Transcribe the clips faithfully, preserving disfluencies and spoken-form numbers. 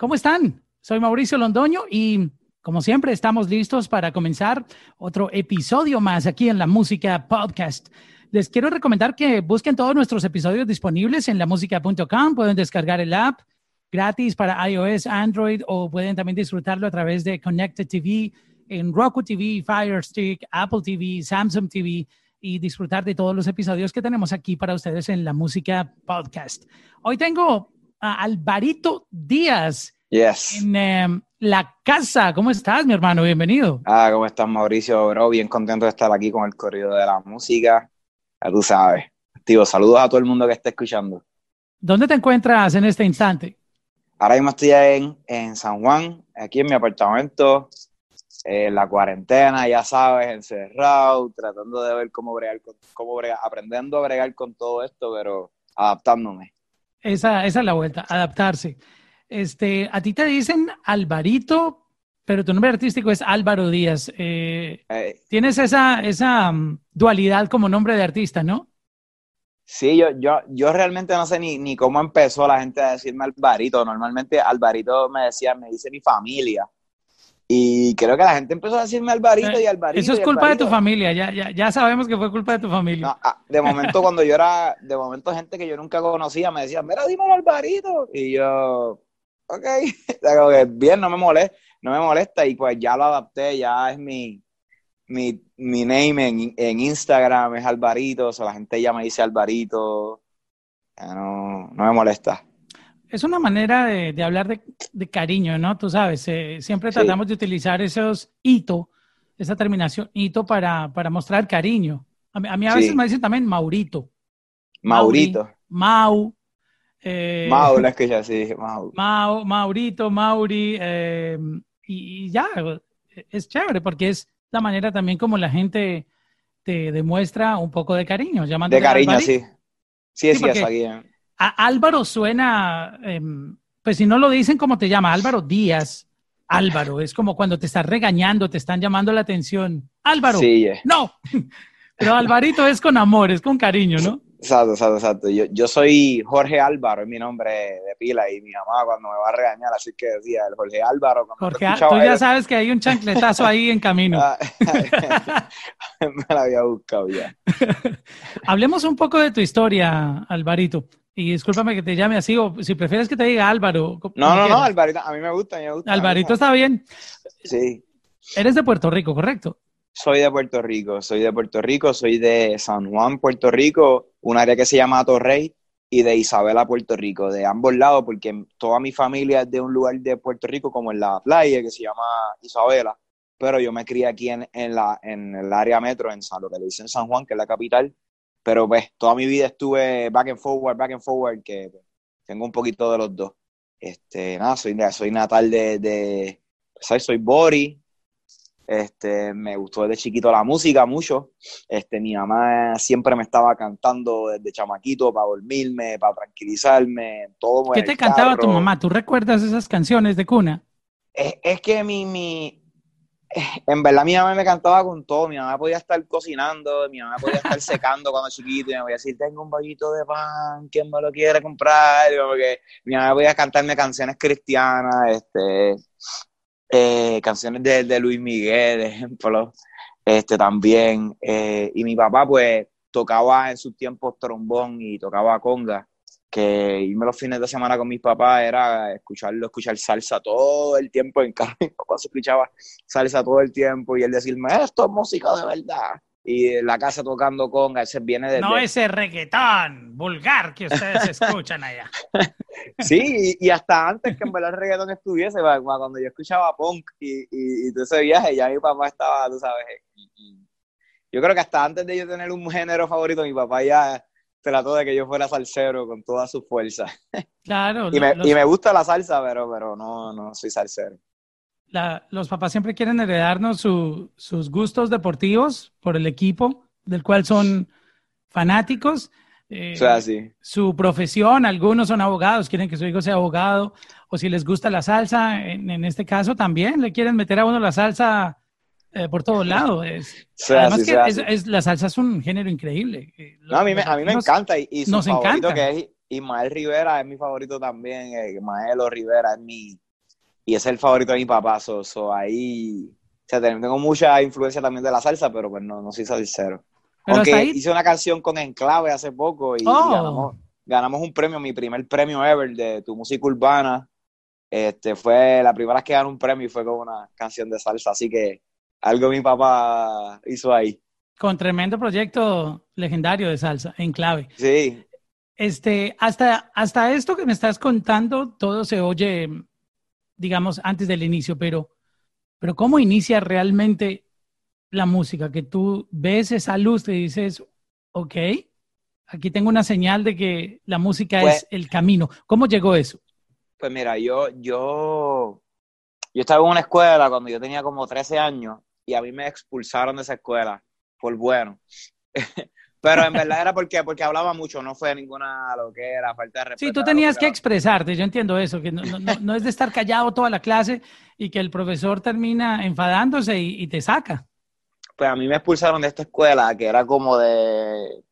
¿Cómo están? Soy Mauricio Londoño y como siempre estamos listos para comenzar otro episodio más aquí en La Música Podcast. Les quiero recomendar que busquen todos nuestros episodios disponibles en la música punto com. Pueden descargar el app gratis para iOS, Android o pueden también disfrutarlo a través de Connected T V en Roku T V, Fire Stick, Apple T V, Samsung T V y disfrutar de todos los episodios que tenemos aquí para ustedes en La Música Podcast. Hoy tengo a Alvarito Díaz Yes. en eh, la casa. ¿Cómo estás, mi hermano? Bienvenido. Ah, ¿cómo estás, Mauricio, bro? Bien contento de estar aquí con el corrido de la música. Ya tú sabes. Tío, saludos a todo el mundo que esté escuchando. ¿Dónde te encuentras en este instante? Ahora mismo estoy en, en San Juan, aquí en mi apartamento, en la cuarentena, ya sabes, encerrado, tratando de ver cómo bregar, con, cómo bregar, aprendiendo a bregar con todo esto, pero adaptándome. Esa, esa es la vuelta, adaptarse. Este, a ti te dicen Alvarito, pero tu nombre artístico es Álvaro Díaz. Eh, Eh, tienes esa, esa um, dualidad como nombre de artista, ¿no? sí, yo, yo, yo realmente no sé ni, ni cómo empezó la gente a decirme Alvarito. Normalmente Alvarito me decía, me dice mi familia. Y creo que la gente empezó a decirme Alvarito y Eh, Alvarito eso es y culpa de tu Alvarito. familia, ya, ya, ya sabemos que fue culpa de tu familia. No, ah, de momento cuando yo era, de momento gente que yo nunca conocía me decía, mira, dímelo Alvarito. Y yo, ok, o sea, como que bien, no me molesta, no me molesta. Y pues ya lo adapté, ya es mi, mi, mi name en, en Instagram, es Alvarito, o sea, la gente ya me dice Alvarito, ya no, no me molesta. Es una manera de, de hablar de, de cariño, ¿no? Tú sabes, eh, siempre Sí, tratamos de utilizar esos hito, esa terminación hito para, para mostrar cariño. A mí, a mí a veces me sí, dicen también Maurito, Mauri, Maurito, Mau, eh, Mau, la escuché así, Mau. Mau, Maurito, Mauri, eh, y, y ya, es chévere porque es la manera también como la gente te demuestra un poco de cariño, De llamándote cariño, Alvarito. sí. Sí, Sí, sí, eso porque aquí. eh. A- Álvaro suena, eh, pues si no lo dicen como te llama, Álvaro Díaz. Álvaro, es como cuando te están regañando, te están llamando la atención. Álvaro, Sí, eh. no. Pero Alvarito es con amor, es con cariño, ¿no? Exacto, exacto, exacto. Yo, yo soy Jorge Álvaro, es mi nombre de pila, y mi mamá cuando me va a regañar, así que decía, el Jorge Álvaro, cuando yo Jorge, ah, tú escuchaba ya eso, sabes que hay un chancletazo ahí en camino. ah, me la había buscado ya. Hablemos un poco de tu historia, Alvarito. Y discúlpame que te llame así, o si prefieres que te diga Álvaro, co- No, como no, no, quieras. Alvarito, a mí me gusta, a mí me gusta, me Alvarito gusta. está bien. Sí, Eres de Puerto Rico, ¿correcto? soy de Puerto Rico, soy de Puerto Rico, soy de San Juan, Puerto Rico, un área que se llama Atorrey, y de Isabela, Puerto Rico, de ambos lados, porque toda mi familia es de un lugar de Puerto Rico como en la playa, que se llama Isabela, pero yo me crié aquí en, en, la, en el área metro, en San, lo que le dicen San Juan, que es la capital, pero pues toda mi vida estuve back and forward, back and forward, que pues, tengo un poquito de los dos. Este, nada, soy, soy natal de, de ¿sabes? Soy Bori. Este, me gustó desde chiquito la música mucho. Este, mi mamá siempre me estaba cantando desde chamaquito para dormirme, para tranquilizarme, todo ¿Qué en te el cantaba tu carro. mamá? ¿Tú recuerdas esas canciones de cuna? Es, es que mi, mi, en verdad mi mamá me cantaba con todo. Mi mamá podía estar cocinando, mi mamá podía estar secando cuando chiquito y me podía decir, tengo un bollito de pan, ¿quién me lo quiere comprar? Y como que mi mamá podía cantarme canciones cristianas, este... Eh, canciones de, de Luis Miguel, de ejemplo, este también, eh, y mi papá pues tocaba en sus tiempos trombón y tocaba conga, que irme los fines de semana con mis papás era escucharlo, escuchar salsa todo el tiempo en casa. Mi papá se escuchaba salsa todo el tiempo y él decirme, esto es música de verdad, y en la casa tocando conga, ese viene No desde... ese reggaetón vulgar que ustedes escuchan allá. Sí, y, y hasta antes que en verdad el reggaetón estuviese, pa- pa- cuando yo escuchaba punk y, y, y todo ese viaje, ya mi papá estaba, tú sabes, y- y yo creo que hasta antes de yo tener un género favorito, mi papá ya trató de que yo fuera salsero con toda su fuerza. Claro, Y lo- me, y los, me gusta la salsa, pero, pero no, no soy salsero. la- los papás siempre quieren heredarnos su- sus gustos deportivos por el equipo del cual son fanáticos, O sea, eh, sí. su profesión, algunos son abogados, quieren que su hijo sea abogado, o si les gusta la salsa, en, en este caso también le quieren meter a uno la salsa eh, por todo lado. Es, O sea, además sí, que sea, es, así. es- la salsa es un género increíble. eh, No, a lo- mí me, los a mí me latinos encanta y, y su nos favorito encanta. que es Ismael Rivera es mi favorito también. Eh, Ismael o Rivera es mi, y ese es el favorito de mi papá, so, so ahí, o sea, tengo mucha influencia también de la salsa, pero pues no, no soy salsero. Pero hasta Aunque ahí, hice una canción con Enclave hace poco y, y oh, ganamos, ganamos un premio, mi primer premio ever de Tu Música Urbana. Este, fue la primera vez que gané un premio y fue con una canción de salsa, así que algo mi papá hizo ahí. con tremendo proyecto legendario de salsa en clave. Sí, Este, hasta, hasta esto que me estás contando, todo se oye, digamos, antes del inicio, pero, pero ¿cómo inicia realmente la música? Que tú ves esa luz y dices, ok, aquí tengo una señal de que la música pues, es el camino. ¿Cómo llegó eso? pues mira, yo, yo, yo estaba en una escuela cuando yo tenía como trece años y a mí me expulsaron de esa escuela por bueno. Pero en verdad era porque, porque hablaba mucho, no fue ninguna loquera, falta de Sí, respeto, tú era tenías porque que expresarte, yo entiendo eso, que no, no, no no es de estar callado toda la clase y que el profesor termina enfadándose y, y te saca. pues a mí me expulsaron de esta escuela que era como de,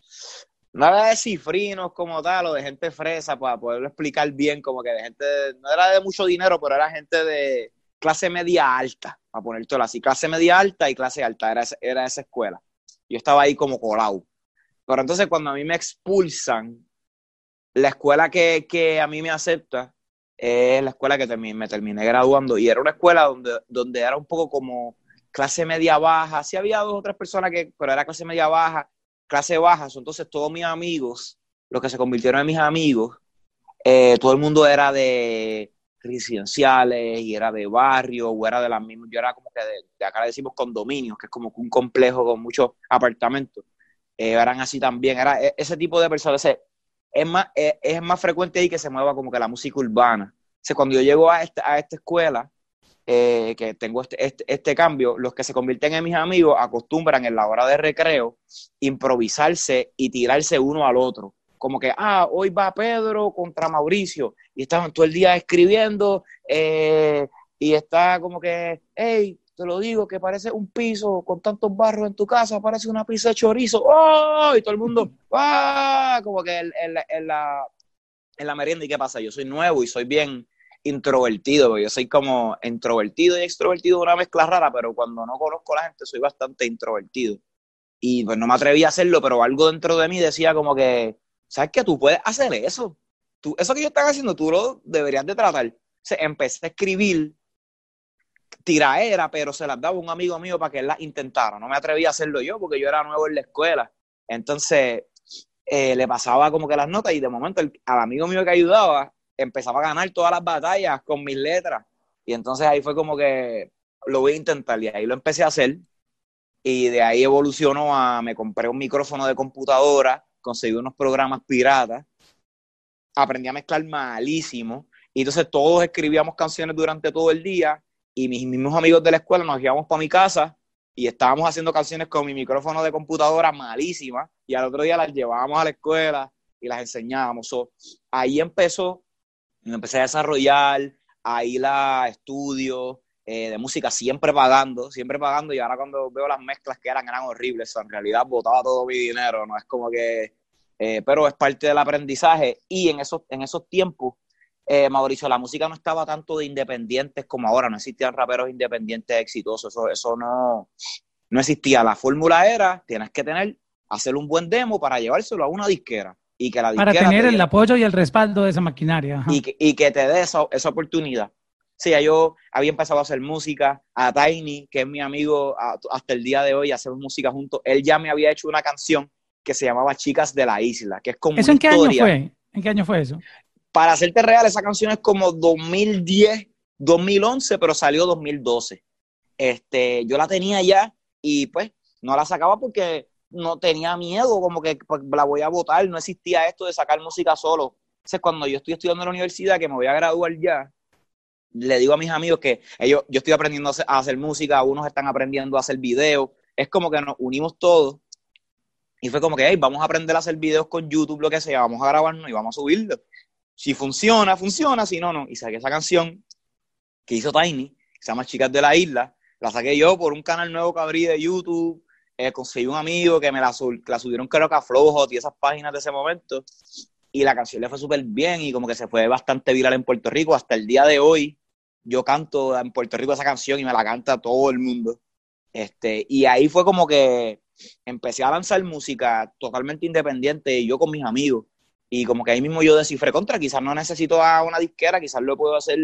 no era de cifrinos como tal o de gente fresa para poderlo explicar bien, como que de gente, no era de mucho dinero, pero era gente de clase media alta, para ponértelo así, clase media alta y clase alta, era, esa- era esa escuela. Yo estaba ahí como colado. Pero entonces cuando a mí me expulsan, la escuela que, que a mí me acepta es la escuela que termi- me terminé graduando y era una escuela donde, donde era un poco como clase media baja, sí había dos o tres personas que, pero era clase media baja, clase baja, so, entonces todos mis amigos, los que se convirtieron en mis amigos, eh, todo el mundo era de residenciales y era de barrio o era de las mismas, yo era como que de, de acá le decimos condominios, que es como un complejo con muchos apartamentos, eh, eran así también, era e- ese tipo de personas, ese, es más, es, es más frecuente ahí que se mueva como que la música urbana. O sea, cuando yo llego a esta, a esta escuela, eh, que tengo este, este, este cambio, los que se convierten en mis amigos acostumbran en la hora de recreo improvisarse y tirarse uno al otro. Como que, ah, hoy va Pedro contra Mauricio y estaban todo el día escribiendo eh, y está como que, hey, te lo digo, que parece un piso con tantos barros en tu casa, parece una pizza de chorizo, ¡oh! Y todo el mundo, ¡ah! Como que en, en, la, en, la, en la merienda, ¿y qué pasa? Yo soy nuevo y soy bien introvertido, yo soy como introvertido y extrovertido, una mezcla rara, pero cuando no conozco a la gente soy bastante introvertido. Y pues no me atreví a hacerlo, pero algo dentro de mí decía como que, ¿sabes qué? Tú puedes hacer eso. Tú, eso que yo estaba haciendo, tú lo deberías de tratar. O sea, empecé a escribir tiraera, pero se las daba un amigo mío para que él las intentara. No me atreví a hacerlo yo porque yo era nuevo en la escuela. Entonces, eh, le pasaba como que las notas y de momento el, al amigo mío que ayudaba empezaba a ganar todas las batallas con mis letras. Y entonces ahí fue como que lo voy a intentar y ahí lo empecé a hacer. Y de ahí evolucionó a, me compré un micrófono de computadora, conseguí unos programas piratas, aprendí a mezclar malísimo. Y entonces todos escribíamos canciones durante todo el día y mis mismos amigos de la escuela nos íbamos para mi casa y estábamos haciendo canciones con mi micrófono de computadora malísima y al otro día las llevábamos a la escuela y las enseñábamos. So, ahí empezó, me empecé a desarrollar, ahí la estudio eh, de música, siempre pagando, siempre pagando y ahora cuando veo las mezclas que eran, eran horribles, so, en realidad botaba todo mi dinero, no es como que, eh, pero es parte del aprendizaje y en esos, en esos tiempos eh, Mauricio, la música no estaba tanto de independientes como ahora, no existían raperos independientes exitosos, eso, eso no, no existía. La fórmula era, tienes que tener, hacer un buen demo para llevárselo a una disquera y que la Para disquera te tener el diera, apoyo y el respaldo de esa maquinaria. Ajá. y que, y que te dé esa, esa oportunidad. Sí, ya yo había empezado a hacer música, a Tiny, que es mi amigo a, hasta el día de hoy, hacemos música juntos. Él ya me había hecho una canción que se llamaba Chicas de la Isla, que es como ¿Eso una en qué año historia. fue? ¿En qué año fue eso? Para hacerte real, esa canción es como dos mil diez, dos mil once, pero salió dos mil doce. Este, yo la tenía ya y pues no la sacaba porque no tenía miedo, como que pues, la voy a botar, no existía esto de sacar música solo. Entonces, cuando yo estoy estudiando en la universidad, que me voy a graduar ya, le digo a mis amigos que ellos, yo estoy aprendiendo a hacer, a hacer música, unos están aprendiendo a hacer videos, es como que nos unimos todos y fue como que, hey, vamos a aprender a hacer videos con YouTube, lo que sea, vamos a grabarnos y vamos a subirlo. Si funciona, funciona, si no, no. Y saqué esa canción que hizo Tiny, que se llama Chicas de la Isla, la saqué yo por un canal nuevo que abrí de YouTube, eh, conseguí un amigo que me la, sub, la subieron creo que a Flowhot y esas páginas de ese momento, y la canción le fue súper bien y como que se fue bastante viral en Puerto Rico hasta el día de hoy. yo canto en Puerto Rico esa canción y me la canta todo el mundo. Este, y ahí fue como que empecé a lanzar música totalmente independiente, yo con mis amigos. Y como que ahí mismo yo descifré contra, quizás no necesito a una disquera, quizás lo puedo hacer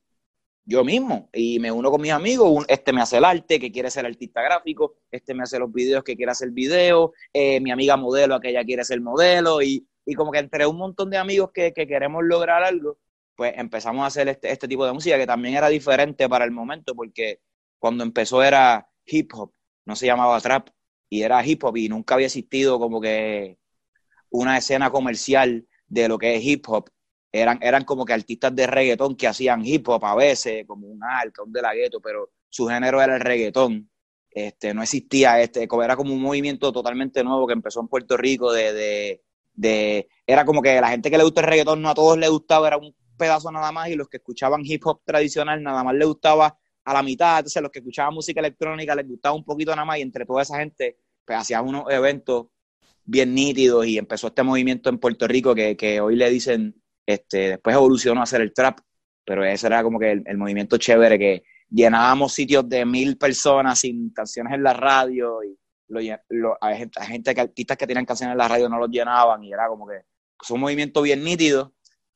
yo mismo. Y me uno con mis amigos, un, este me hace el arte, que quiere ser artista gráfico, este me hace los videos, que quiere hacer videos, eh, mi amiga modelo, aquella quiere ser modelo, y, y como que entre un montón de amigos que, que queremos lograr algo, pues empezamos a hacer este, este tipo de música, que también era diferente para el momento, porque cuando empezó era hip hop, no se llamaba trap, y era hip hop, y nunca había existido como que una escena comercial de lo que es hip hop. Eran, eran como que artistas de reggaetón que hacían hip hop a veces, como un Arca, un De La Ghetto, pero su género era el reggaetón. Este, no existía, este, era como un movimiento totalmente nuevo que empezó en Puerto Rico de, de, de, era como que la gente que le gusta el reggaetón no a todos les gustaba, era un pedazo nada más, y los que escuchaban hip hop tradicional nada más les gustaba a la mitad, entonces los que escuchaban música electrónica les gustaba un poquito nada más, y entre toda esa gente pues hacían unos eventos bien nítidos, y empezó este movimiento en Puerto Rico que, que hoy le dicen, este, después evolucionó a hacer el trap, pero ese era como que el, el movimiento chévere, que llenábamos sitios de mil personas sin canciones en la radio, y lo, lo, a gente, a gente que artistas que tenían canciones en la radio no los llenaban, y era como que es un movimiento bien nítido.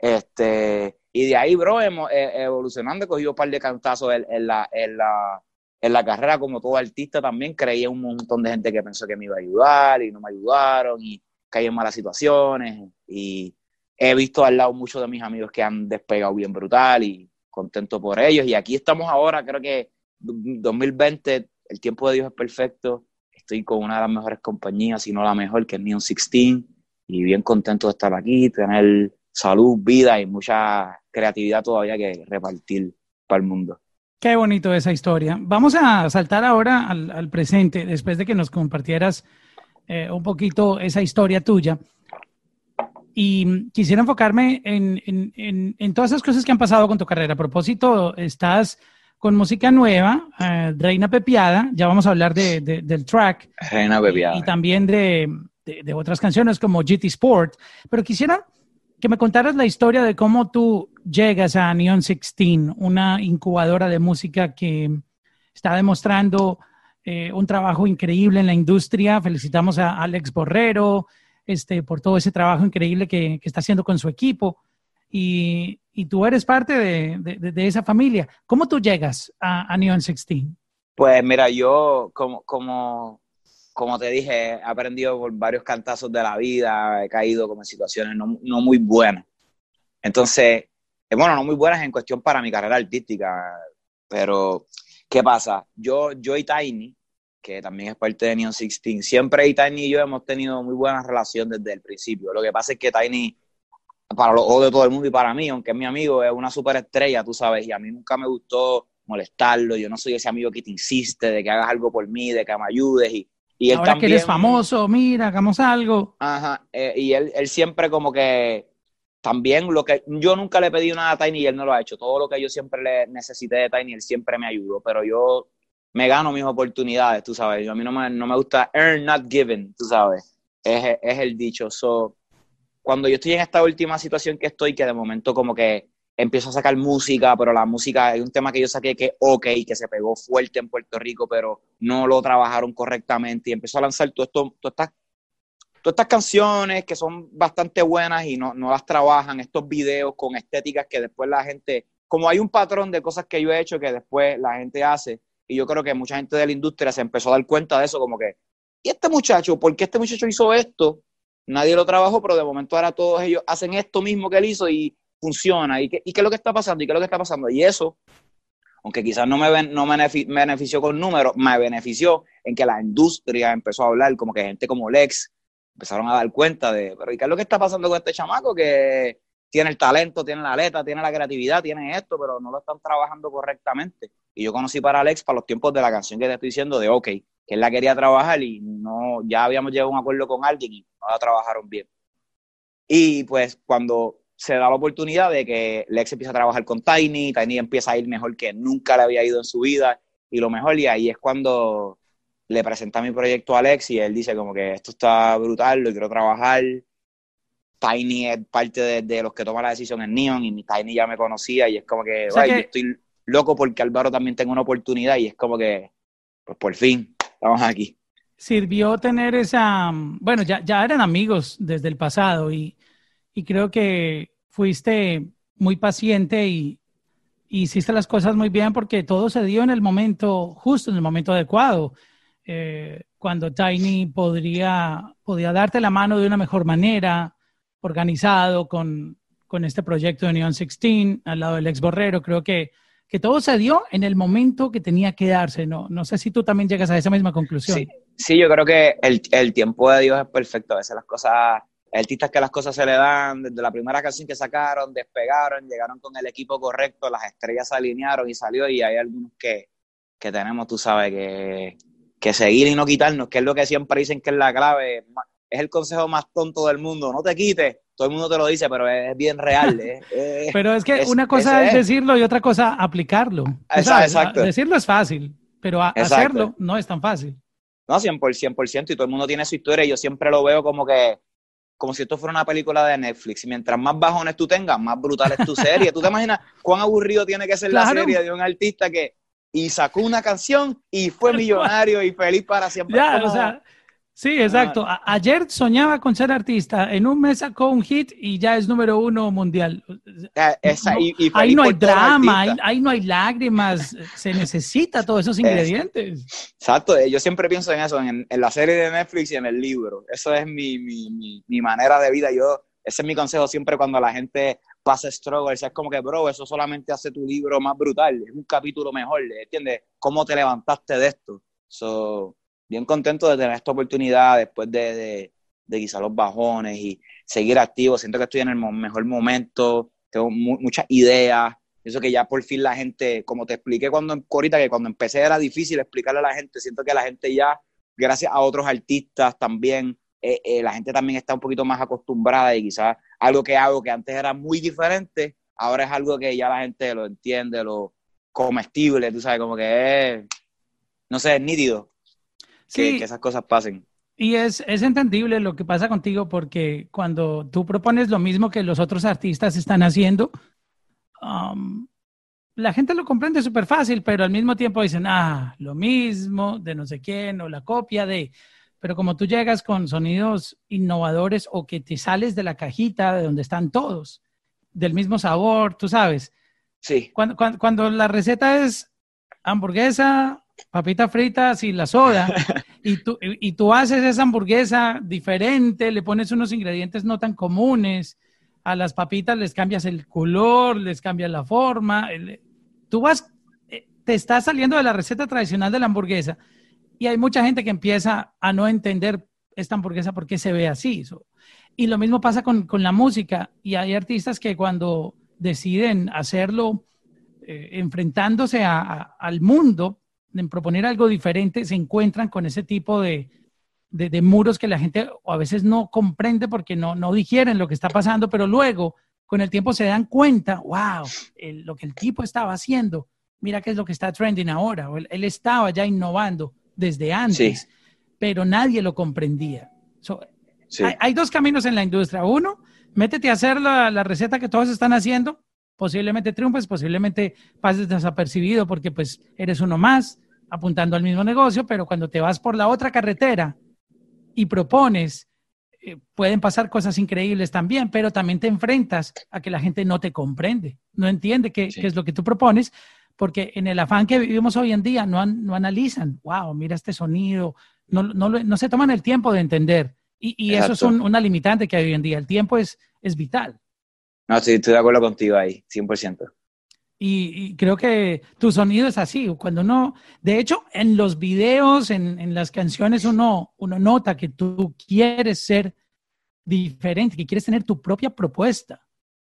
Este, y de ahí, bro, hemos, eh, evolucionando, he cogido un par de cantazos en, en, la, en, la, en la carrera, como todo artista también. Creía un montón de gente que pensó que me iba a ayudar y no me ayudaron, y caí en malas situaciones, y he visto al lado muchos de mis amigos que han despegado bien brutal, y contento por ellos, y aquí estamos ahora. Creo que dos mil veinte, el tiempo de Dios es perfecto, estoy con una de las mejores compañías, si no la mejor, que es Neon dieciséis, y bien contento de estar aquí, tener salud, vida y mucha creatividad todavía que repartir para el mundo. Qué bonito esa historia. Vamos a saltar ahora al, al presente, después de que nos compartieras eh, un poquito esa historia tuya. Y quisiera enfocarme en, en, en, en todas esas cosas que han pasado con tu carrera. A propósito, estás con música nueva, eh, Reina Pepiada, ya vamos a hablar de, de, del track. Reina Pepiada. Y, y también de, de, de otras canciones como G T Sport. Pero quisiera que me contaras la historia de cómo tú llegas a Neon dieciséis, una incubadora de música que está demostrando eh, un trabajo increíble en la industria. Felicitamos a Alex Borrero este, por todo ese trabajo increíble que, que está haciendo con su equipo. Y, y tú eres parte de, de, de esa familia. ¿Cómo tú llegas a, a Neon dieciséis? Pues mira, yo como... como... como te dije, he aprendido por varios cantazos de la vida, he caído como en situaciones no, no muy buenas. Entonces, bueno, no muy buenas en cuestión para mi carrera artística, pero ¿qué pasa? Yo, yo y Tiny, que también es parte de Neon dieciséis, siempre y Tiny y yo hemos tenido muy buena relación desde el principio. Lo que pasa es que Tiny, para los ojos de todo el mundo y para mí, aunque es mi amigo, es una superestrella, tú sabes, y a mí nunca me gustó molestarlo. Yo no soy ese amigo que te insiste de que hagas algo por mí, de que me ayudes, y Y él ahora también, que eres famoso, mira, hagamos algo. Ajá, eh, y él, él siempre como que, también lo que, yo nunca le pedí nada a Tiny y él no lo ha hecho. Todo lo que yo siempre le necesité de Tiny, él siempre me ayudó, pero yo me gano mis oportunidades, tú sabes. Yo, a mí no me, no me gusta earn, not given, tú sabes. Es, es el dicho. So, cuando yo estoy en esta última situación que estoy, que de momento como que empiezo a sacar música, pero la música es un tema que yo saqué que ok, que se pegó fuerte en Puerto Rico, pero no lo trabajaron correctamente, y empezó a lanzar todo esto, todas estas, todas estas canciones que son bastante buenas y no, no las trabajan, estos videos con estéticas que después la gente, como hay un patrón de cosas que yo he hecho que después la gente hace, y yo creo que mucha gente de la industria se empezó a dar cuenta de eso, como que, ¿y este muchacho? ¿Por qué este muchacho hizo esto? Nadie lo trabajó, pero de momento ahora todos ellos hacen esto mismo que él hizo y funciona. ¿Y qué, ¿Y qué es lo que está pasando? ¿Y qué es lo que está pasando? Y eso, aunque quizás no me, no me benefició con números, me benefició en que la industria empezó a hablar, como que gente como Lex empezaron a dar cuenta de, pero ¿y qué es lo que está pasando con este chamaco? Que tiene el talento, tiene la letra, tiene la creatividad, tiene esto, pero no lo están trabajando correctamente. Y yo conocí para Lex para los tiempos de la canción que te estoy diciendo de OK, que él la quería trabajar y no, ya habíamos llegado a un acuerdo con alguien y no la trabajaron bien. Y pues cuando se da la oportunidad de que Lex empieza a trabajar con Tiny, Tiny empieza a ir mejor que nunca le había ido en su vida, y lo mejor, y ahí es cuando le presenta mi proyecto a Lex y él dice como que esto está brutal, lo quiero trabajar. Tiny es parte de, de los que toman la decisión en Neon, y mi Tiny ya me conocía, y es como que, O sea ay, que yo estoy... loco porque Álvaro también tenga una oportunidad y es como que, pues por fin, estamos aquí. Sirvió tener esa, bueno, ya, ya eran amigos desde el pasado y, y creo que fuiste muy paciente y, y hiciste las cosas muy bien porque todo se dio en el momento, justo en el momento adecuado, eh, cuando Tiny podría, podía darte la mano de una mejor manera, organizado con, con este proyecto de Neon dieciséis al lado del ex Borrero. Creo que, que todo se dio en el momento que tenía que darse. No, no sé si tú también llegas a esa misma Sí, conclusión. sí, yo creo que el, el tiempo de Dios es perfecto. A veces las cosas, hay artistas que las cosas se le dan, desde la primera canción que sacaron, despegaron, llegaron con el equipo correcto, las estrellas se alinearon y salió, y hay algunos que, que tenemos, tú sabes, que, que seguir y no quitarnos, que es lo que siempre dicen que es la clave. Es el consejo más tonto del mundo, no te quites, todo el mundo te lo dice, pero es bien real. ¿eh? Eh, Pero es que es, una cosa ese es es. decirlo y otra cosa aplicarlo. Tú Esa- sabes, a- Exacto, decirlo es fácil, pero a- exacto. hacerlo no es tan fácil. No, cien por ciento, cien por ciento, y todo el mundo tiene su historia, y yo siempre lo veo como que, como si esto fuera una película de Netflix, y mientras más bajones tú tengas, más brutal es tu serie. ¿Tú te imaginas cuán aburrido tiene que ser la Claro, serie de un artista que y sacó una canción y fue tal cual. millonario y feliz para siempre? Es Ya, o como, sea, sí, ah, exacto. A- ayer soñaba con ser artista, en un mes sacó un hit y ya es número uno mundial. eh, No, esa, no, y, y ahí feliz no hay por todos los drama, ahí, artistas. ahí no hay lágrimas, se necesita todos esos Es, ingredientes. exacto, eh, yo siempre pienso en eso, en, en la serie de Netflix y en el libro. Eso es mi, mi, mi, mi manera de vida. Yo, ese es mi consejo siempre cuando la gente pasa struggles. Es como que, bro, eso solamente hace tu libro más brutal. Es un capítulo mejor, ¿entiendes? ¿Cómo te levantaste de esto? So, bien contento de tener esta oportunidad después de, de, de quizá los bajones y seguir activo. Siento que estoy en el mejor momento, tengo mu muchas ideas. Pienso que ya por fin la gente, como te expliqué cuando ahorita, que cuando empecé era difícil explicarle a la gente, siento que la gente ya, gracias a otros artistas también, eh, eh, la gente también está un poquito más acostumbrada, y quizás algo que hago que antes era muy diferente, ahora es algo que ya la gente lo entiende, lo comestible, tú sabes, como que es, no sé, es nítido que, que Sí, esas cosas pasen. y es, es entendible lo que pasa contigo porque cuando tú propones lo mismo que los otros artistas están haciendo, um, la gente lo comprende súper fácil, pero al mismo tiempo dicen, ah, lo mismo de no sé quién o la copia de... Pero como tú llegas con sonidos innovadores o que te sales de la cajita de donde están todos, del mismo sabor, tú sabes, Sí, cuando, cuando, cuando la receta es hamburguesa, papita fritas y la soda, y tú, y, y tú haces esa hamburguesa diferente, le pones unos ingredientes no tan comunes, a las papitas les cambias el color, les cambias la forma, el, tú vas, eh, te estás saliendo de la receta tradicional de la hamburguesa y hay mucha gente que empieza a no entender esta hamburguesa por qué se ve así. So, y lo mismo pasa con, con la música y hay artistas que cuando deciden hacerlo eh, enfrentándose a, a, al mundo, en proponer algo diferente, se encuentran con ese tipo de, de, de muros que la gente a veces no comprende porque no, no digieren lo que está pasando, pero luego con el tiempo se dan cuenta, wow, el, lo que el tipo estaba haciendo, mira qué es lo que está trending ahora, o él, él estaba ya innovando desde sí, antes, pero nadie lo comprendía. So, hay, sí, hay, dos caminos en la industria. Uno, métete a hacer la, la receta que todos están haciendo, posiblemente triunfes, posiblemente pases desapercibido porque pues eres uno más apuntando al mismo negocio, pero cuando te vas por la otra carretera y propones, eh, pueden pasar cosas increíbles también, pero también te enfrentas a que la gente no te comprende, no entiende qué, qué sí, es lo que tú propones, porque en el afán que vivimos hoy en día no, an, no analizan, wow, mira este sonido, no, no, no se toman el tiempo de entender. Y, y eso es exacto. un, una limitante que hay hoy en día. El tiempo es, es vital. No, sí, estoy de acuerdo contigo ahí, cien por ciento. Y, y, creo que tu sonido es así. Cuando uno, de hecho, en los videos, en, en las canciones, uno, uno nota que tú quieres ser diferente, que quieres tener tu propia propuesta.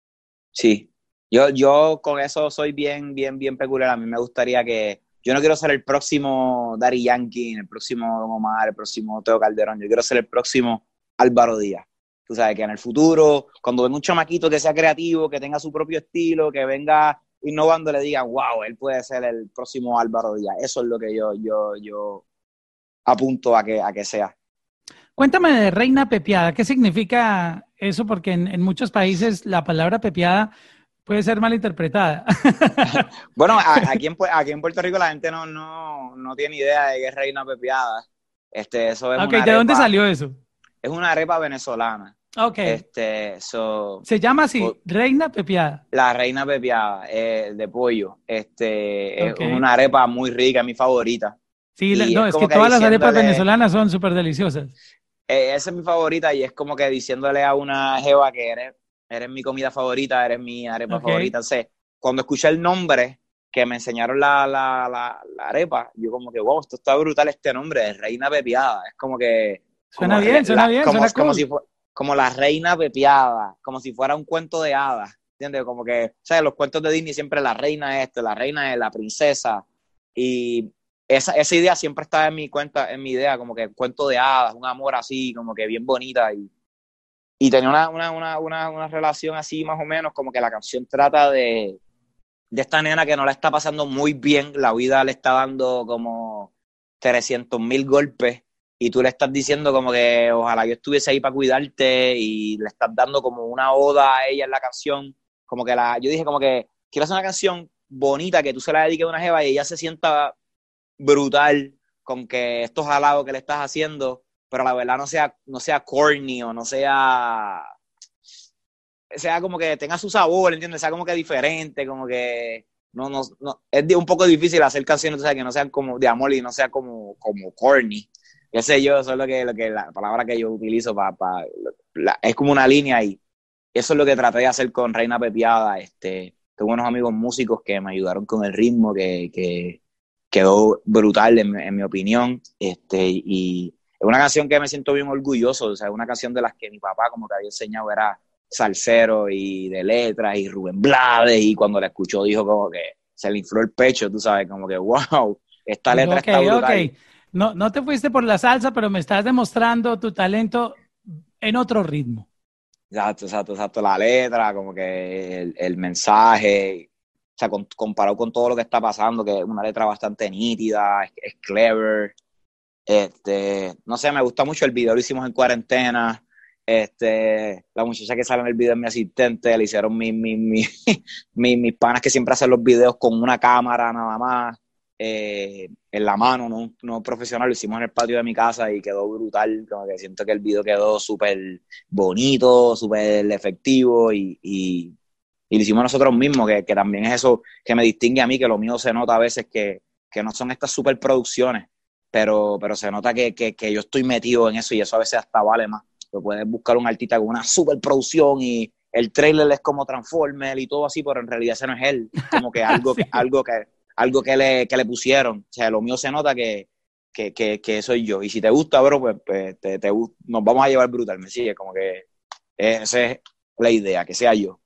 Sí, yo, yo con eso soy bien, bien, bien peculiar. A mí me gustaría que, yo no quiero ser el próximo Daddy Yankee, el próximo Don Omar, el próximo Teo Calderón, yo quiero ser el próximo Álvaro Díaz. Tú sabes, que en el futuro, cuando venga un chamaquito que sea creativo, que tenga su propio estilo, que venga innovando, le digan, wow, él puede ser el próximo Álvaro Díaz. Eso es lo que yo, yo, yo apunto a que, a que sea. Cuéntame de reina pepiada, ¿qué significa eso? Porque en, en muchos países la palabra pepiada puede ser malinterpretada. Bueno, a, aquí, en, aquí en Puerto Rico la gente no, no, no tiene idea de que es reina pepiada. Este, eso es Ok, una ¿de arepa, dónde salió eso? es una arepa venezolana. Ok. Este, so, Se llama así, o, reina pepiada. la reina pepiada eh, de pollo. Este, es Ok. una arepa muy rica, es mi favorita. Sí, la- Y no, es es que como que todas las arepas diciéndole, venezolanas son súper deliciosas. eh, esa es mi favorita y es como que diciéndole a una jeva que eres, eres mi comida favorita, eres mi arepa Ok. favorita. O sea, cuando escuché el nombre que me enseñaron la, la, la, la arepa, yo como que, wow, esto está brutal este nombre, de reina pepiada. Es como que, Suena como, bien, suena la, bien, como, suena como si cool. fue, como la reina pepiada, como si fuera un cuento de hadas. ¿Entiendes? Como que, ¿sabes? Los cuentos de Disney siempre la reina es esto, la reina es la princesa. Y esa, esa idea siempre estaba en mi cuenta, en mi idea, como que cuento de hadas, un amor así, como que bien bonita. Y, y tenía una, una, una, una, una relación así más o menos, como que la canción trata de, de esta nena que no la está pasando muy bien, la vida le está dando como trescientos mil golpes y tú le estás diciendo como que ojalá yo estuviese ahí para cuidarte y le estás dando como una oda a ella en la canción, como que la, yo dije como que quiero hacer una canción bonita que tú se la dediques a una jeva y ella se sienta brutal con que estos halagos que le estás haciendo, pero la verdad no sea, no sea corny o no sea sea como que tenga su sabor, ¿entiendes? Sea como que diferente, como que no, no, no, es un poco difícil hacer canciones, o sea, que no sean como de amor y no sea como, como corny. Qué sé yo, eso es lo que, lo que la palabra que yo utilizo para, pa, es como una línea y eso es lo que traté de hacer con Reina Pepiada. Este, tengo unos amigos músicos que me ayudaron con el ritmo, que, que quedó brutal en, en mi opinión. Este, y es una canción que me siento bien orgulloso, o sea, es una canción de las que mi papá como que había enseñado, era salsero y de letras y Rubén Blades, y cuando la escuchó dijo como que se le infló el pecho, tú sabes, como que wow, esta Dijo, letra ok, está ok. brutal. No, no te fuiste por la salsa, pero me estás demostrando tu talento en otro ritmo. Exacto, exacto, exacto, la letra, como que el, el mensaje, o sea, con, comparado con todo lo que está pasando, que es una letra bastante nítida, es, es clever. Este, no sé, me gusta mucho el video, lo hicimos en cuarentena. Este, la muchacha que sale en el video es mi asistente, le hicieron mis mi, mi, mi, mis panas que siempre hacen los videos con una cámara nada más, eh, en la mano, no, no profesional, lo hicimos en el patio de mi casa y quedó brutal, como que siento que el video quedó súper bonito, súper efectivo y, y, y lo hicimos nosotros mismos, que, que también es eso que me distingue a mí, que lo mío se nota a veces que, que no son estas superproducciones, pero, pero se nota que, que, que yo estoy metido en eso y eso a veces hasta vale más. Lo puedes buscar un artista con una superproducción y el trailer es como Transformer y todo así, pero en realidad ese no es él, es como que algo, que, Sí. algo, que, algo que, le, que le pusieron. O sea, lo mío se nota que, que, que, que soy yo. Y si te gusta, bro, pues, pues te, te, nos vamos a llevar brutal, me sigue, como que esa es la idea, que sea yo.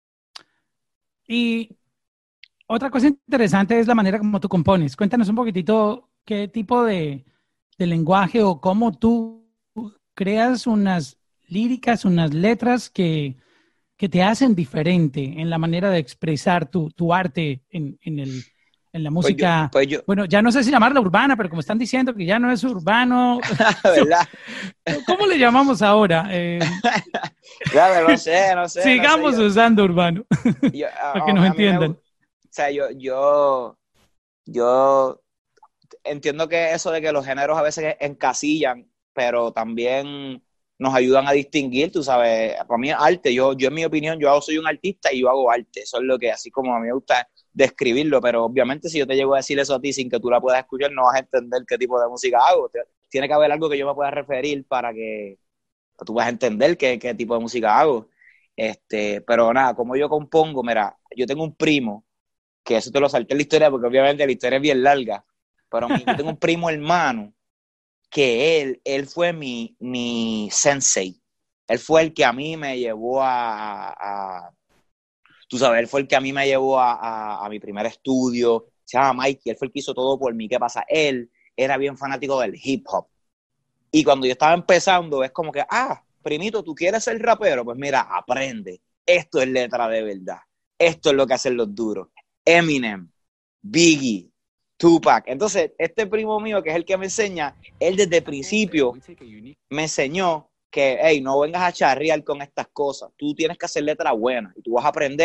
Y otra cosa interesante es la manera como tú compones. Cuéntanos un poquitito qué tipo de, de lenguaje o cómo tú creas unas líricas, unas letras que, que te hacen diferente en la manera de expresar tu, tu arte en, en, el, en la Pues yo, música. pues yo, Bueno, ya no sé si llamarla urbana, pero como están diciendo que ya no es urbano, ¿verdad? ¿cómo le llamamos ahora? Eh, Claro, no sé, no sé, no sé, sigamos yo, usando urbano, yo para que a, nos a, a mí me entiendan. gusta, o sea, yo, yo, yo entiendo que eso de que los géneros a veces encasillan, pero también nos ayudan a distinguir, tú sabes, para mí es arte, yo, yo en mi opinión, yo soy un artista y yo hago arte, eso es lo que, así como a mí me gusta describirlo, pero obviamente si yo te llego a decir eso a ti sin que tú la puedas escuchar, no vas a entender qué tipo de música hago, tiene que haber algo que yo me pueda referir para que tú vas a entender qué, qué tipo de música hago. Este, pero nada, como yo compongo, mira, yo tengo un primo, que eso te lo salté en la historia porque obviamente la historia es bien larga, pero mi, yo tengo un primo hermano que él, él fue mi, mi sensei. Él fue el que a mí me llevó a, a, a tú sabes, él fue el que a mí me llevó a, a, a mi primer estudio. Se llama Mikey, él fue el que hizo todo por mí. ¿Qué pasa? Él era bien fanático del hip hop. Y cuando yo estaba empezando, es como que, ah, primito, ¿tú quieres ser rapero? Pues mira, aprende. Esto es letra de verdad. Esto es lo que hacen los duros. Eminem, Biggie, Tupac. Entonces, este primo mío, que es el que me enseña, él desde el principio me enseñó que, hey, no vengas a charrear con estas cosas. Tú tienes que hacer letras buenas y tú vas a aprender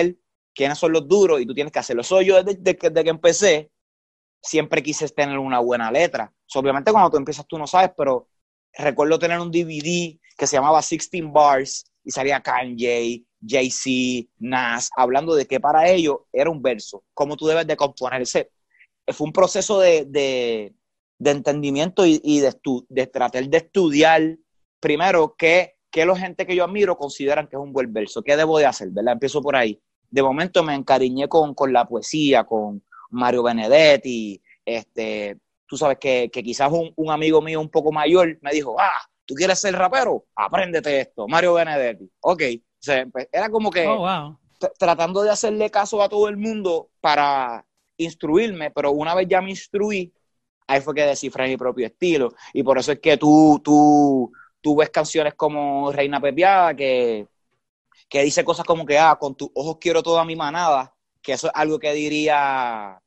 quiénes son los duros y tú tienes que hacerlo. Soy yo desde, desde, desde que empecé, siempre quise tener una buena letra. So, obviamente cuando tú empiezas tú no sabes, pero recuerdo tener un D V D que se llamaba sixteen Bars y salía Kanye, Jay-Z, Nas, hablando de que para ellos era un verso, cómo tú debes de componerse. Fue un proceso de, de, de entendimiento y, y de, estu de tratar de estudiar primero qué, qué la gente que yo admiro consideran que es un buen verso, qué debo de hacer, ¿verdad? Empiezo por ahí. De momento me encariñé con, con la poesía, con Mario Benedetti, este, tú sabes que, que quizás un, un amigo mío un poco mayor me dijo, ah, ¿tú quieres ser rapero? Apréndete esto, Mario Benedetti. Ok, o sea, pues, era como que Oh, wow. tratando de hacerle caso a todo el mundo para instruirme, pero una vez ya me instruí, ahí fue que descifré mi propio estilo. Y por eso es que tú, tú, tú ves canciones como Reina Pepiada, que, que dice cosas como que, ah, con tus ojos quiero toda mi manada, que eso es algo que diría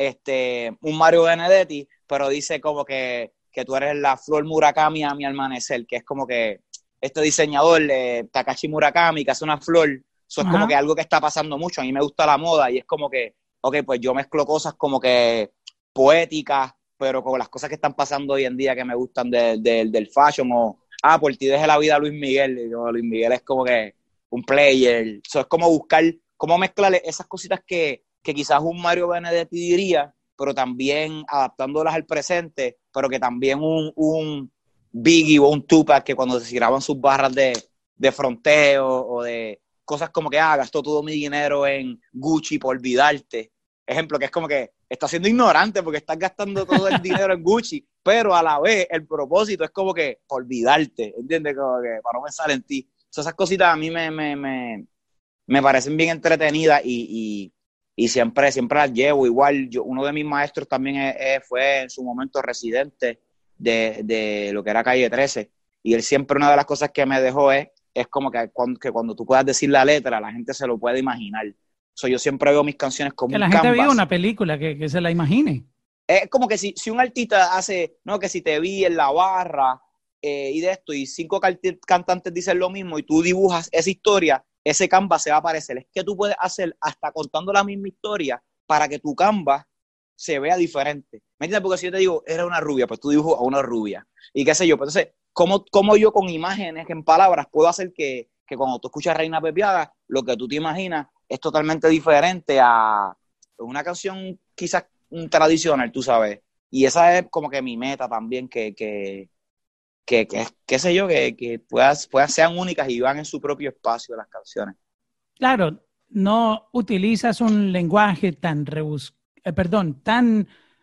este, un Mario Benedetti, pero dice como que, que tú eres la flor Murakami a mi amanecer, que es como que este diseñador, eh, Takashi Murakami, que hace una flor, eso es Ajá. como que algo que está pasando mucho. A mí me gusta la moda y es como que, ok, pues yo mezclo cosas como que poéticas, pero con las cosas que están pasando hoy en día que me gustan de, de, del fashion, o, ah, por ti deje la vida a Luis Miguel, y yo, Luis Miguel es como que un player, eso es como buscar, cómo mezclar esas cositas que, que quizás un Mario Benedetti diría, pero también adaptándolas al presente, pero que también un, un Biggie o un Tupac que cuando se tiraban sus barras de, de fronteo o de cosas como que, ah, gastó todo mi dinero en Gucci por olvidarte. Ejemplo, que es como que está siendo ignorante porque estás gastando todo el dinero en Gucci, pero a la vez el propósito es como que olvidarte, ¿entiendes? Como que para no pensar en ti. So, esas cositas a mí me, me, me, me parecen bien entretenidas y, y, y siempre, siempre las llevo. Igual, yo, uno de mis maestros también es, es, fue en su momento residente de, de lo que era Calle trece, y él siempre, una de las cosas que me dejó es, es como que cuando, que cuando tú puedas decir la letra, la gente se lo puede imaginar. So, yo siempre veo mis canciones como que un la gente canvas. viva una película, que, que se la imagine. Es como que si, si un artista hace, no, que si te vi en la barra eh, y de esto, y cinco cantantes dicen lo mismo y tú dibujas esa historia, ese canvas se va a aparecer. Es que tú puedes hacer hasta contando la misma historia para que tu canvas se vea diferente. ¿Me entiendes? Porque si yo te digo, era una rubia, pues tú dibujas a una rubia. Y qué sé yo. Pues entonces, ¿cómo, cómo yo con imágenes, en palabras, puedo hacer que, que cuando tú escuchas Reina Pepiada, lo que tú te imaginas es totalmente diferente a una canción quizás tradicional, tú sabes? Y esa es como que mi meta también, que, que, que, que qué sé yo, que, que puedas, puedas, sean únicas y van en su propio espacio las canciones. Claro, no utilizas un lenguaje tan rebus eh, perdón, tan,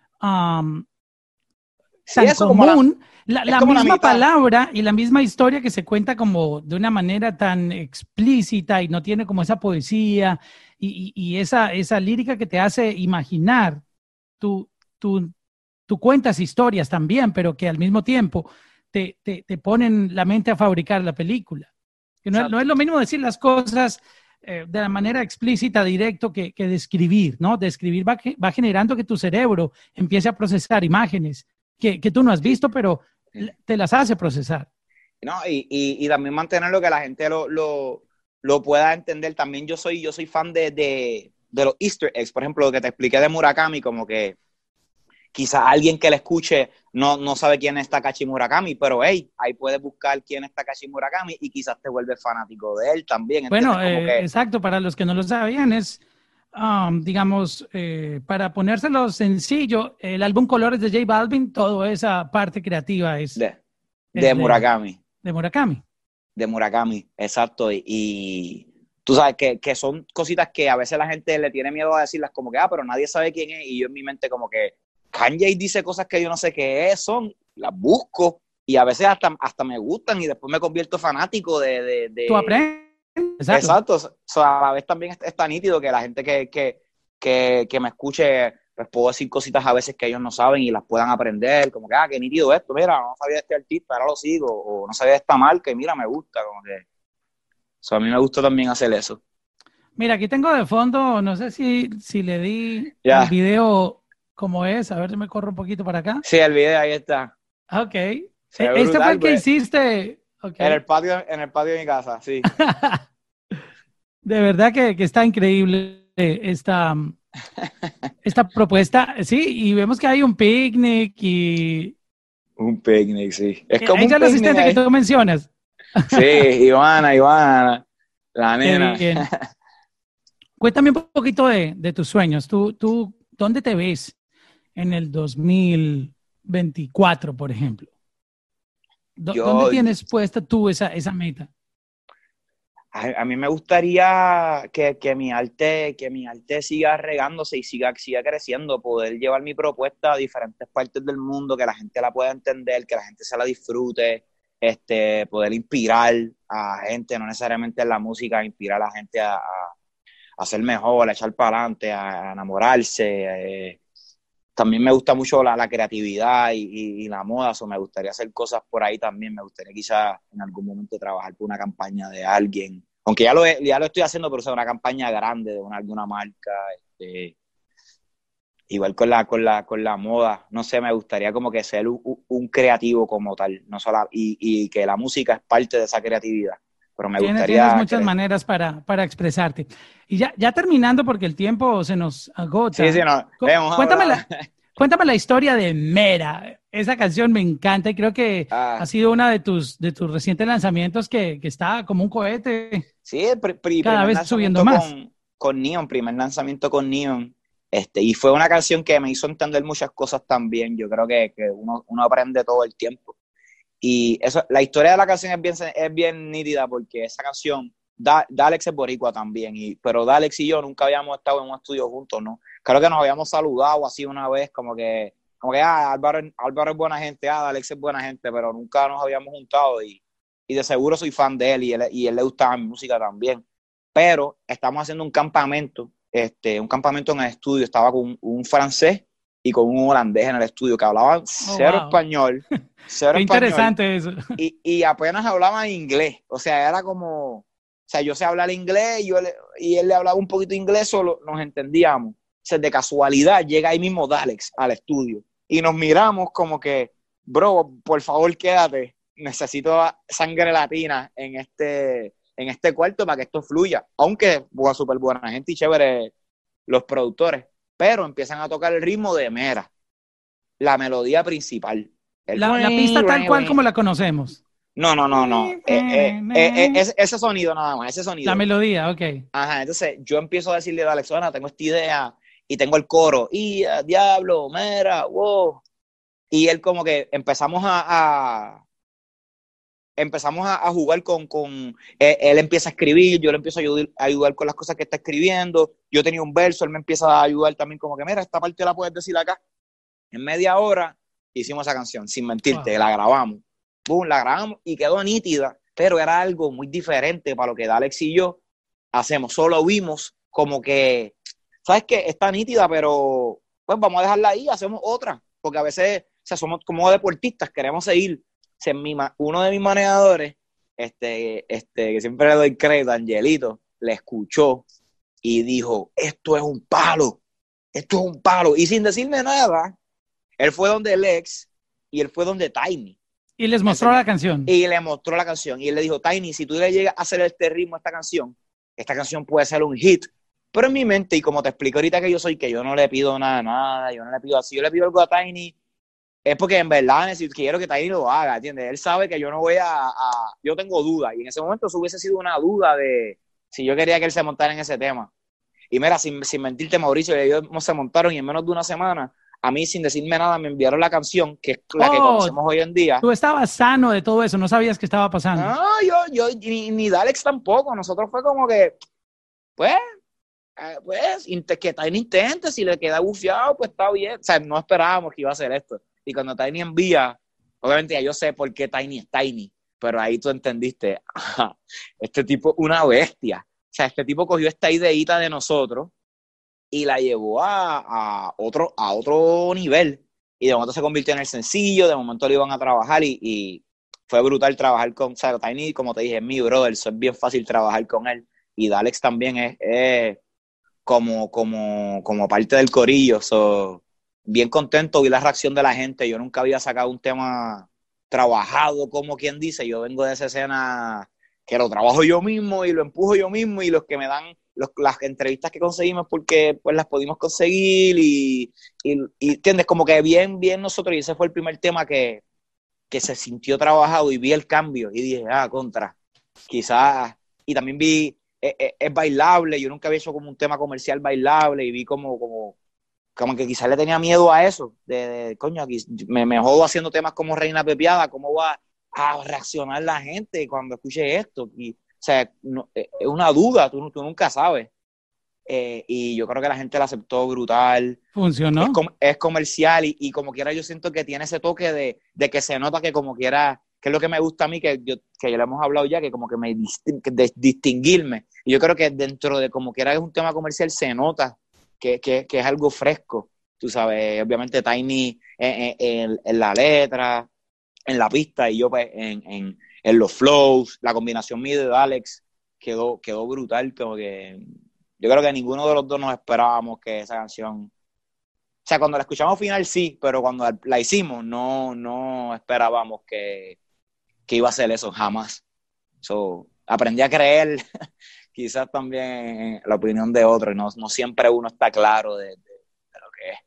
um, Sí, tan eso como la, común, la, es la como la misma mitad. palabra y la misma historia que se cuenta como de una manera tan explícita y no tiene como esa poesía y, y, y esa, esa lírica que te hace imaginar. Tú, tú, tú cuentas historias también, pero que al mismo tiempo te, te, te ponen la mente a fabricar la película. Que no, no es lo mismo decir las cosas eh, de la manera explícita, directo, que, que describir, ¿no? Describir va, va generando que tu cerebro empiece a procesar imágenes que, que tú no has visto, pero te las hace procesar. No, y, y, y también mantenerlo que la gente lo, lo, lo pueda entender. También yo soy, yo soy fan de, de, de los Easter eggs, por ejemplo, lo que te expliqué de Murakami, como que quizás alguien que le escuche no, no sabe quién es Takashi Murakami, pero hey, ahí puedes buscar quién es Takashi Murakami y quizás te vuelves fanático de él también, ¿entiendes? Bueno, Como eh, que... exacto, para los que no lo sabían, es, um, digamos, eh, para ponérselo sencillo, el álbum Colores de J Balvin, toda esa parte creativa es, De, de es de, Murakami. de Murakami. De Murakami, exacto. Y, y tú sabes que, que son cositas que a veces la gente le tiene miedo a decirlas, como que, ah, pero nadie sabe quién es. Y yo en mi mente como que Kanye dice cosas que yo no sé qué es, son, las busco. Y a veces hasta, hasta me gustan y después me convierto fanático de... de, de... Tú aprendes. Exacto. Exacto. O sea, a la vez también está, está nítido que la gente que, que, que, que me escuche, pues puedo decir cositas a veces que ellos no saben y las puedan aprender, como que, ah, qué nítido esto, mira, no sabía de este artista, ahora lo sigo, o no sabía de esta marca y mira, me gusta, como que, o sea, a mí me gusta también hacer eso. Mira, aquí tengo de fondo, no sé si, si le di al Ya, video como es, a ver si me corro un poquito para acá. sí, el video ahí está, Ok. se ve Este fue brutal, el que pues, hiciste. Ok. en el patio, en el patio de mi casa, sí. De verdad que, que está increíble. esta, esta propuesta, sí, y vemos que hay un picnic y... Un picnic, sí. Es como Ella un es la asistente picnic que ahí. tú mencionas. Sí, Ivana, Ivana, la Qué nena. bien. Cuéntame un poquito de, de tus sueños. ¿Tú, tú, dónde te ves en el dos mil veinticuatro, por ejemplo? ¿Dó- ¿Dónde Yo, tienes puesta tú esa, esa meta? a, a mí me gustaría que, que mi arte, que mi arte siga regándose y siga, siga creciendo, poder llevar mi propuesta a diferentes partes del mundo, que la gente la pueda entender, que la gente se la disfrute, este, poder inspirar a gente, no necesariamente en la música, inspirar a la gente a, a, a ser mejor, a echar para adelante, a, a enamorarse. Eh. También me gusta mucho la, la creatividad y, y, y la moda, o me gustaría hacer cosas por ahí también, me gustaría quizás en algún momento trabajar por una campaña de alguien, aunque ya lo, he, ya lo estoy haciendo, pero o sea, una campaña grande de una, alguna marca, este, igual con la, con, la, con la moda, no sé, me gustaría como que ser un, un creativo como tal, no solo, y, y que la música es parte de esa creatividad, pero me Tienes, tienes gustaría muchas creer. maneras para, para expresarte. Y ya, ya terminando, porque el tiempo se nos Sí, sí, agota, no, cu- hemos cuéntame hablado. la, cuéntame la historia de Mera. Esa canción me encanta y creo que ha Ah, sido una de tus, de tus recientes lanzamientos que, que está como un cohete, sí, el pr pr cada primer vez subiendo lanzamiento más. con, con Neon, primer lanzamiento con Neon, este, y fue una canción que me hizo entender muchas cosas también, yo creo que, que uno, uno aprende todo el tiempo. Y eso, la historia de la canción es bien, es bien nítida porque esa canción, da, Dalex es boricua también, y, pero Dalex y yo nunca habíamos estado en un estudio juntos, ¿no? Creo que nos habíamos saludado así una vez, como que, como que ah, Álvaro, Álvaro es buena gente, ah, Dalex es buena gente, pero nunca nos habíamos juntado y, y de seguro soy fan de él y él, y él le gustaba mi música también. Pero estamos haciendo un campamento, este, un campamento en el estudio, estaba con un, un francés y con un holandés en el estudio que hablaban Oh, cero wow. español, cero Qué español, interesante eso. y, y apenas hablaban inglés, o sea, era como, o sea, yo sé hablar inglés y, yo le, y él le hablaba un poquito inglés, solo nos entendíamos. O sea, de casualidad llega ahí mismo Dalex al estudio y nos miramos como que, bro, por favor quédate, necesito sangre latina en este, en este cuarto para que esto fluya, aunque bueno, súper buena gente y chévere los productores, pero empiezan a tocar el ritmo de Mera, la melodía principal. El... La, la pista tal cual como la conocemos. No, no, no, no. Eh, eh, eh, eh, ese, ese sonido nada más, ese La sonido. melodía, ok. Ajá, entonces yo empiezo a decirle a Alexona, tengo esta idea, y tengo el coro, y a diablo, mera, wow. Y él como que empezamos a, a empezamos a, a jugar con, con él, él empieza a escribir, yo le empiezo a ayudar, a ayudar con las cosas que está escribiendo, yo tenía un verso, él me empieza a ayudar también como que, mira, esta parte la puedes decir acá. En media hora hicimos esa canción, sin mentirte, Wow. la grabamos. Boom, la grabamos y quedó nítida, pero era algo muy diferente para lo que Dalex y yo hacemos. Solo vimos como que, ¿sabes qué? Está nítida, pero pues vamos a dejarla ahí, hacemos otra, porque a veces, o sea, somos como deportistas, queremos seguir. O sea, mi, uno de mis manejadores, este, este, que siempre le doy crédito, Angelito, le escuchó y dijo, esto es un palo, esto es un palo. Y sin decirme nada, él fue donde Lex y él fue donde Tiny. Y les mostró la canción. Y le mostró la canción. Y él le dijo, Tiny, si tú le llegas a hacer este ritmo a esta canción, esta canción puede ser un hit. Pero en mi mente, y como te explico ahorita que yo soy, que yo no le pido nada, nada, yo no le pido así, yo le pido algo a Tiny, es porque en verdad quiero que Tiny lo haga, ¿entiendes? Él sabe que yo no voy a, a yo tengo dudas. Y en ese momento eso hubiese sido una duda de si yo quería que él se montara en ese tema. Y mira, sin, sin mentirte, Mauricio, ellos se montaron y en menos de una semana, a mí sin decirme nada me enviaron la canción, que es la oh, que conocemos hoy en día. Tú estabas sano de todo eso, no sabías qué estaba pasando. No, yo, yo, ni, ni Dalex tampoco, nosotros fue como que, pues, eh, pues, que Tiny intente, si le queda bufiado, pues está bien. O sea, no esperábamos que iba a hacer esto. Y cuando Tiny envía, obviamente ya yo sé por qué Tiny es Tiny, pero ahí tú entendiste, ajá, este tipo una bestia. O sea, este tipo cogió esta ideita de nosotros y la llevó a, a, otro, a otro nivel. Y de momento se convirtió en el sencillo, de momento lo iban a trabajar y, y fue brutal trabajar con, o sea, Tiny, como te dije, es mi brother, eso es bien fácil trabajar con él. Y Dalex también es, es como, como, como parte del corillo. So, bien contento, vi la reacción de la gente. Yo nunca había sacado un tema trabajado, como quien dice. Yo vengo de esa escena que lo trabajo yo mismo y lo empujo yo mismo y los que me dan los, las entrevistas que conseguimos porque pues las pudimos conseguir y, y, y entiendes, como que bien, bien nosotros, y ese fue el primer tema que, que se sintió trabajado y vi el cambio y dije, ah, contra, quizás, y también vi, es, es, es bailable, yo nunca había hecho como un tema comercial bailable y vi como, como, como que quizás le tenía miedo a eso, de, de coño, aquí me, me jodo haciendo temas como Reina Pepiada, ¿cómo va a reaccionar la gente cuando escuche esto? Y, o sea, no, es una duda, tú, tú nunca sabes. Eh, y yo creo que la gente la aceptó brutal. Funcionó. Es, com es comercial y, y como quiera yo siento que tiene ese toque de, de que se nota que como quiera, que es lo que me gusta a mí, que, yo, que ya lo hemos hablado ya, que como que me disting de distinguirme. Y yo creo que dentro de como quiera es un tema comercial, se nota que, que, que es algo fresco. Tú sabes, obviamente Tiny en, en, en la letra, en la pista, y yo pues en, en, en los flows, la combinación mía de Alex quedó, quedó brutal, como que yo creo que ninguno de los dos nos esperábamos que esa canción, o sea, cuando la escuchamos final sí, pero cuando la hicimos no, no esperábamos que, que iba a ser eso, jamás. So, aprendí a creer quizás también la opinión de otros, no, no siempre uno está claro de, de, de lo que es.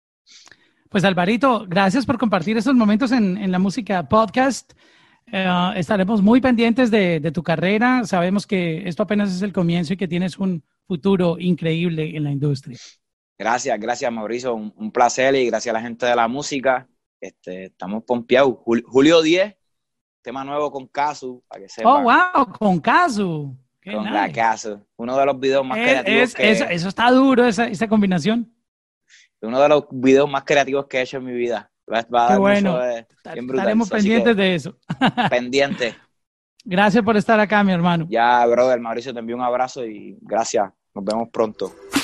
Pues Alvarito, gracias por compartir estos momentos en, en la música podcast. Uh, estaremos muy pendientes de, de tu carrera. Sabemos que esto apenas es el comienzo y que tienes un futuro increíble en la industria. Gracias, gracias Mauricio, un, un placer y gracias a la gente de la música. Este, estamos pompeados. Jul, julio diez, tema nuevo con Casu, para que sepan. Oh, wow, con Casu. Qué con nice. La Casu, uno de los videos más es, creativos es, que... Eso, eso está duro, esa, esa combinación. Uno de los videos más creativos que he hecho en mi vida. Va, va Qué bueno, de, bien brutal, estaremos so, pendientes de eso. Pendiente. Gracias por estar acá, mi hermano. Ya, brother, Mauricio, te envío un abrazo y gracias. Nos vemos pronto.